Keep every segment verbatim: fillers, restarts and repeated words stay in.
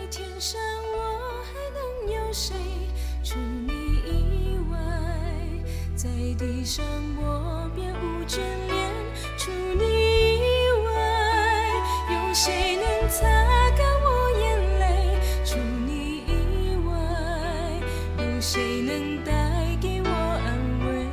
天上我还能有谁？除你以外，在地上我便无眷恋。除你以外，有谁能擦干我眼泪？除你以外，有谁能带给我安慰？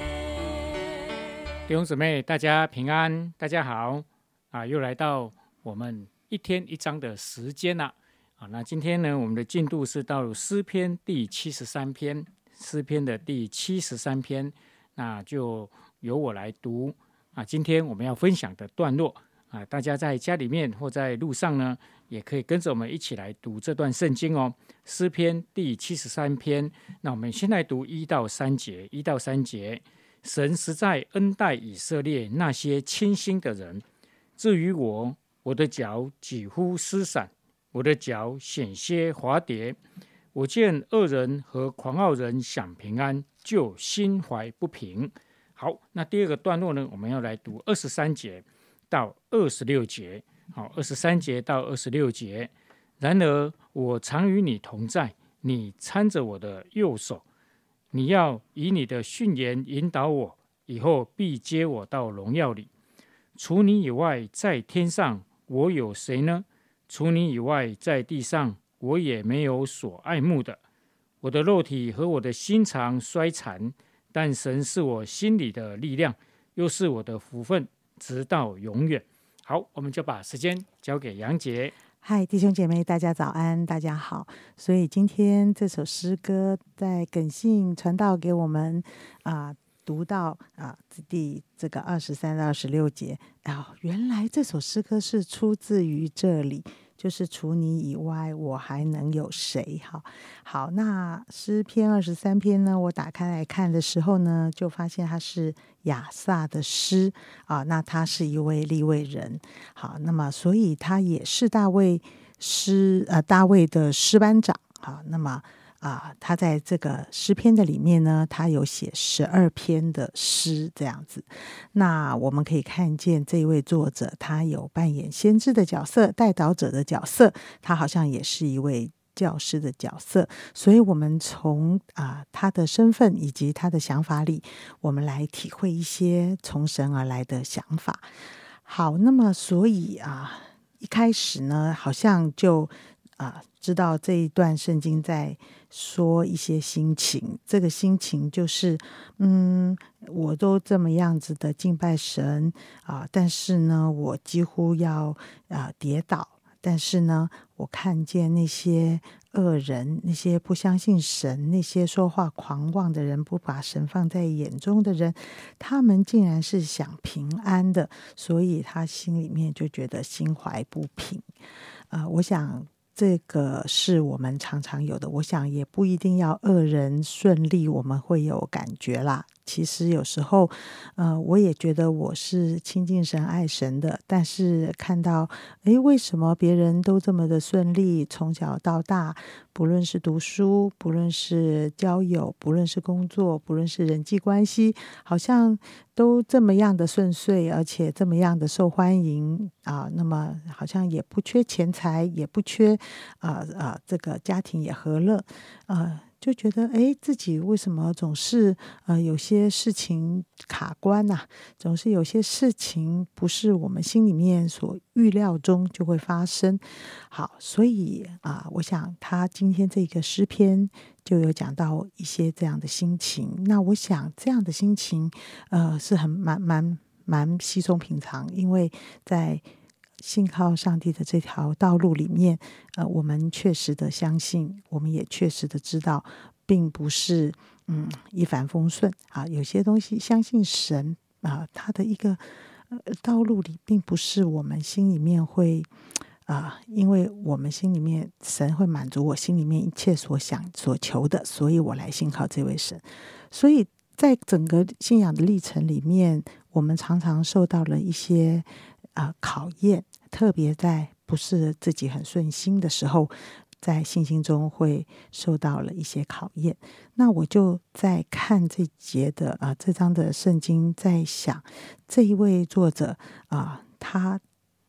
弟兄姊妹，大家平安，大家好啊！又来到我们一天一章的时间了啊！那今天呢，我们的进度是到诗篇第七十三篇，诗篇的第七十三篇，那就由我来读啊。今天我们要分享的段落啊，大家在家里面或在路上呢，也可以跟着我们一起来读这段圣经哦。诗篇第七十三篇，那我们先来读一到三节，一到三节。神实在恩待以色列那些清心的人，至于我，我的脚几乎失散，我的脚险些滑跌。我见恶人和狂傲人享平安，就心怀不平。好，那第二个段落呢，我们要来读二十三节到二十六节。好，二十三节到二十六节。然而我常与你同在，你搀着我的右手。你要以你的训言引导我，以后必接我到荣耀里。除你以外，在天上我有谁呢？除你以外，在地上我也没有所爱慕的。我的肉体和我的心肠衰残，但神是我心里的力量，又是我的福分，直到永远。好，我们就把时间交给杨姐。 嗨，弟兄姐妹，大家早安，大家好。所以今天这首诗歌在耿信传道给我们啊、呃，读到啊、呃、第这个二十三到二十六节啊、哦，原来这首诗歌是出自于这里，就是除你以外，我还能有谁？好，好，那诗篇二十三篇呢，我打开来看的时候呢，就发现它是亚萨的诗啊，那他是一位利未人，好，那么所以他也是大卫诗呃大卫的诗班长，好，那么啊，他在这个诗篇的里面呢，他有写十二篇的诗这样子。那我们可以看见这位作者，他有扮演先知的角色、带导者的角色，他好像也是一位教师的角色。所以我们从啊他的身份以及他的想法里，我们来体会一些从神而来的想法。好，那么所以啊，一开始呢，好像就啊知道这一段圣经在说一些心情，这个心情就是嗯，我都这么样子的敬拜神啊，但是呢，我几乎要啊跌倒，但是呢，我看见那些恶人，那些不相信神，那些说话狂妄的人，不把神放在眼中的人，他们竟然是想平安的，所以他心里面就觉得心怀不平。呃，我想这个是我们常常有的，我想也不一定要恶人顺利我们会有感觉啦。其实有时候呃，我也觉得我是亲近神爱神的，但是看到诶，为什么别人都这么的顺利，从小到大，不论是读书，不论是交友，不论是工作，不论是人际关系，好像都这么样的顺遂，而且这么样的受欢迎啊、那么好像也不缺钱财，也不缺啊啊、呃，这个家庭也和乐，呃就觉得哎，自己为什么总是呃有些事情卡关啊，总是有些事情不是我们心里面所预料中就会发生。好，所以啊、我想他今天这个诗篇就有讲到一些这样的心情。那我想这样的心情，呃，是很蛮蛮蛮稀松平常，因为在信靠上帝的这条道路里面，呃，我们确实的相信，我们也确实的知道，并不是嗯一帆风顺啊。有些东西相信神啊，他的一个呃道路里，并不是我们心里面会啊、因为我们心里面神会满足我心里面一切所想所求的，所以我来信靠这位神。所以在整个信仰的历程里面，我们常常受到了一些啊、考验，特别在不是自己很顺心的时候，在信心中会受到了一些考验。那我就在看这节的啊、这章的圣经，在想这一位作者啊、他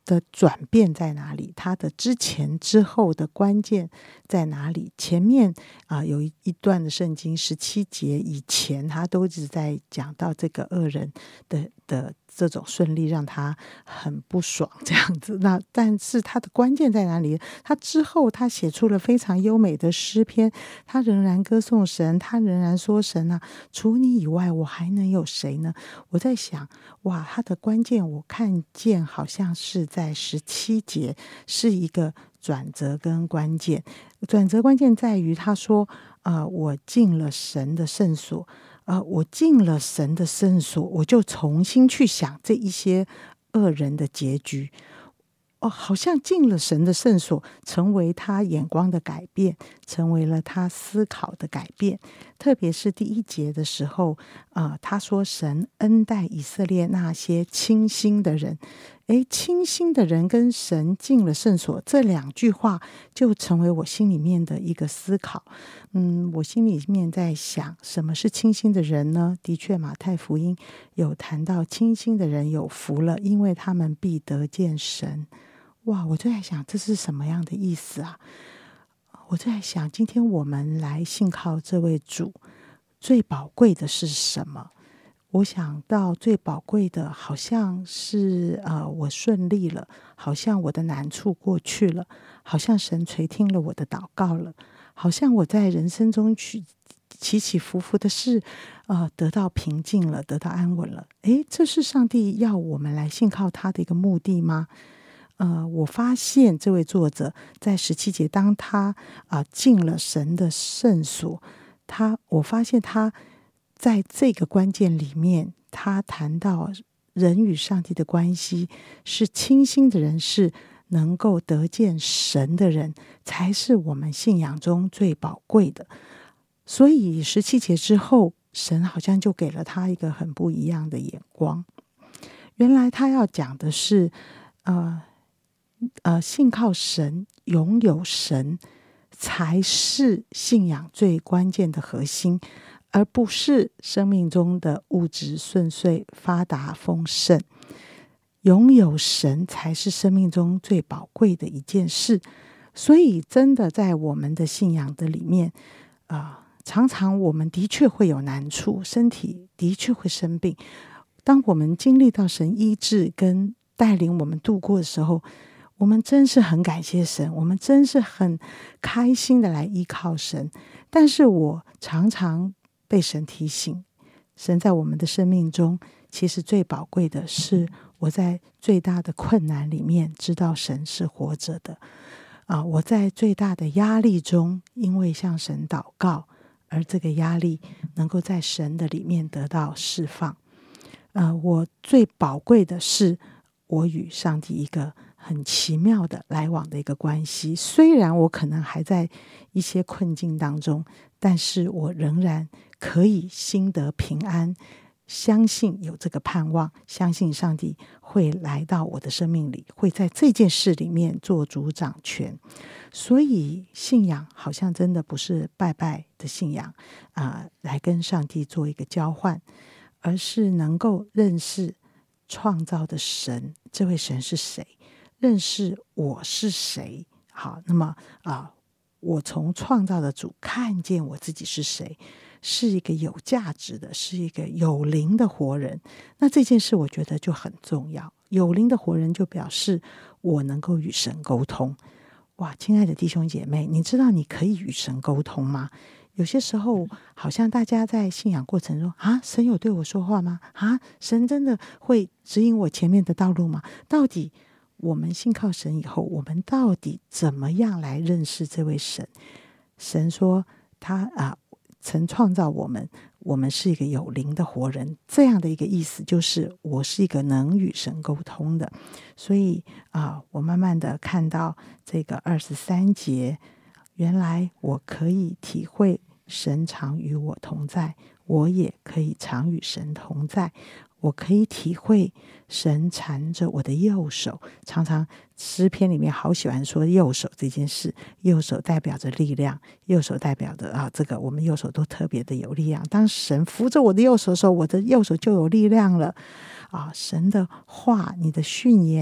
的转变在哪里？它的之前之后的关键在哪里？前面啊、呃、有一一段的圣经十七节以前，他都一直在讲到这个恶人的的这种顺利，让他很不爽这样子。那但是他的关键在哪里？他之后他写出了非常优美的诗篇，他仍然歌颂神，他仍然说神啊，除你以外，我还能有谁呢？我在想，哇，他的关键我看见好像是在十七节，是一个转折跟关键。转折关键在于他说，呃，我进了神的圣所。呃，我进了神的圣所，我就重新去想这一些恶人的结局。哦，好像进了神的圣所，成为他眼光的改变，成为了他思考的改变。特别是第一节的时候，呃，他说神恩待以色列那些清心的人。诶，清心的人跟神进了圣所，这两句话就成为我心里面的一个思考。嗯，我心里面在想，什么是清心的人呢？的确，马太福音有谈到清心的人有福了，因为他们必得见神。哇，我就在想，这是什么样的意思啊？我就在想，今天我们来信靠这位主，最宝贵的是什么？我想到最宝贵的好像是呃，我顺利了，好像我的难处过去了，好像神垂听了我的祷告了，好像我在人生中去起起伏伏的事，呃，得到平静了，得到安稳了。诶，这是上帝要我们来信靠他的一个目的吗？呃，我发现这位作者在十七节，当他啊、呃、进了神的圣所，他我发现他在这个关键里面，他谈到人与上帝的关系是清心的人，是能够得见神的人，才是我们信仰中最宝贵的。所以十七节之后，神好像就给了他一个很不一样的眼光。原来他要讲的是，呃呃，信靠神，拥有神，才是信仰最关键的核心，而不是生命中的物质顺遂、发达、丰盛。拥有神才是生命中最宝贵的一件事。所以真的在我们的信仰的里面，呃、常常我们的确会有难处，身体的确会生病。当我们经历到神医治跟带领我们度过的时候，我们真是很感谢神，我们真是很开心的来依靠神。但是我常常被神提醒，神在我们的生命中，其实最宝贵的是我在最大的困难里面知道神是活着的。啊，我在最大的压力中，因为向神祷告，而这个压力能够在神的里面得到释放。呃，我最宝贵的是我与上帝一个很奇妙的来往的一个关系。虽然我可能还在一些困境当中，但是我仍然可以心得平安，相信有这个盼望，相信上帝会来到我的生命里，会在这件事里面做主掌权。所以信仰好像真的不是拜拜的信仰啊、呃，来跟上帝做一个交换，而是能够认识创造的神，这位神是谁，认识我是谁。好，那么啊、呃，我从创造的主看见我自己是谁，是一个有价值的，是一个有灵的活人。那这件事我觉得就很重要。有灵的活人就表示我能够与神沟通。哇，亲爱的弟兄姐妹，你知道你可以与神沟通吗？有些时候好像大家在信仰过程中啊，神有对我说话吗？啊，神真的会指引我前面的道路吗？到底我们信靠神以后，我们到底怎么样来认识这位神？神说他啊，曾创造我们，我们是一个有灵的活人，这样的一个意思就是我是一个能与神沟通的。所以啊，我慢慢的看到这个二十三节，原来我可以体会神常与我同在，我也可以常与神同在。我可以体会神缠着我的右手，常常诗篇里面好喜欢说右手这件事，右手代表着力量，右手代表的啊，这个我们右手都特别的有力量。当神扶着我的右手的时候，我的右手就有力量了啊！神的话，你的训言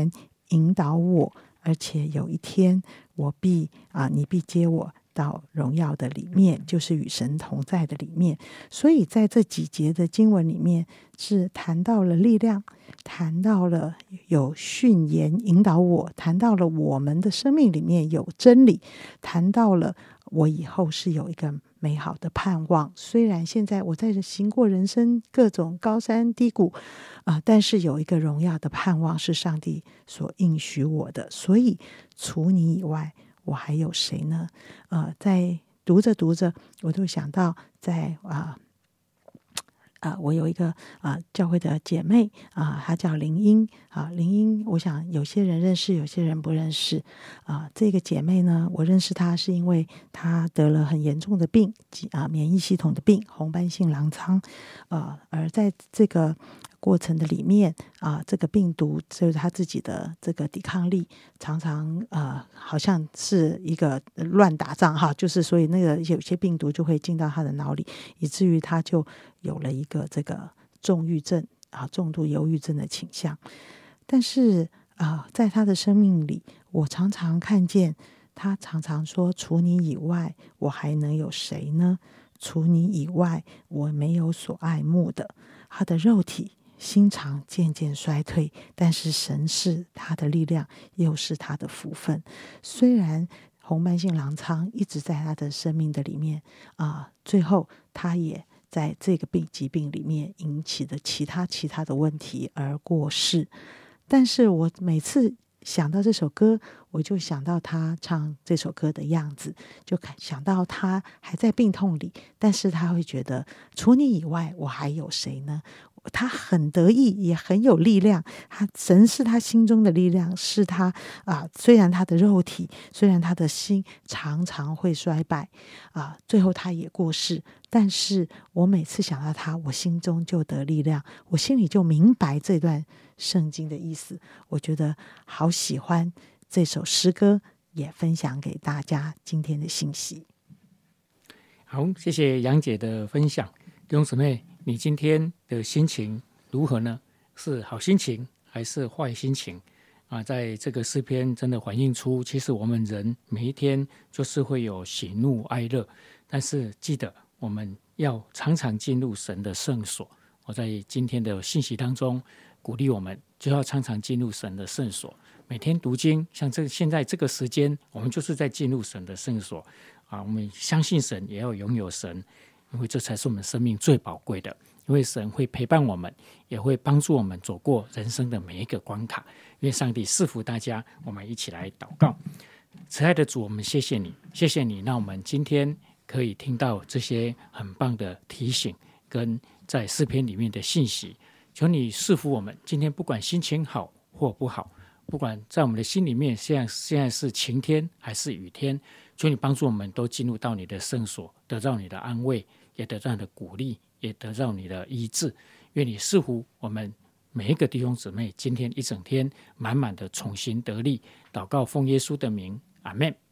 引导我，而且有一天我必啊，你必接我到荣耀的里面，就是与神同在的里面。所以在这几节的经文里面，是谈到了力量，谈到了有训言引导我，谈到了我们的生命里面有真理，谈到了我以后是有一个美好的盼望。虽然现在我在行过人生各种高山低谷啊、呃，但是有一个荣耀的盼望是上帝所应许我的。所以除你以外，我还有谁呢？呃，在读着读着，我都想到在啊。啊、呃，我有一个啊、呃、教会的姐妹啊、呃，她叫林英啊，林英，我想有些人认识，有些人不认识啊、呃。这个姐妹呢，我认识她是因为她得了很严重的病啊、呃，免疫系统的病，红斑性狼疮，呃，而在这个过程的里面啊、呃，这个病毒就是他自己的这个抵抗力常常呃好像是一个乱打仗哈，就是所以那个有些病毒就会进到他的脑里，以至于他就有了一个这个重郁症啊、重度忧郁症的倾向。但是啊、呃，在他的生命里，我常常看见他常常说：“除你以外，我还能有谁呢？除你以外，我没有所爱慕的。”他的肉体心肠渐渐衰退，但是神是他的力量，又是他的福分。虽然红斑性狼疮一直在他的生命的里面啊、呃，最后他也在这个病疾病里面引起的其他其他的问题而过世。但是我每次想到这首歌，我就想到他唱这首歌的样子，就想到他还在病痛里，但是他会觉得除你以外，我还有谁呢？他很得意，也很有力量。他神是他心中的力量，是他啊、呃。虽然他的肉体，虽然他的心常常会衰败啊、呃，最后他也过世。但是我每次想到他，我心中就得力量，我心里就明白这段圣经的意思。我觉得好喜欢这首诗歌，也分享给大家今天的信息。 好，谢谢杨姐的分享。弟兄姊妹，你今天的心情如何呢？是好心情还是坏心情啊？在这个诗篇真的反映出，其实我们人每一天就是会有喜怒哀乐，但是记得我们要常常进入神的圣所。我在今天的信息当中鼓励我们，就要常常进入神的圣所，每天读经。像这现在这个时间，我们就是在进入神的圣所啊。我们相信神，也要拥有神，因为这才是我们生命最宝贵的。因为神会陪伴我们，也会帮助我们走过人生的每一个关卡。愿上帝赐福大家，我们一起来祷告。慈爱的主，我们谢谢你，谢谢你让我们今天可以听到这些很棒的提醒，跟在诗篇里面的信息。求你赐福我们，今天不管心情好或不好，不管在我们的心里面现在现在是晴天还是雨天，求你帮助我们都进入到你的圣所，得到你的安慰，也得到你的鼓励，也得到你的医治。愿你赐福我们每一个弟兄姊妹，今天一整天满满的重新得力。祷告奉耶稣的名，阿们。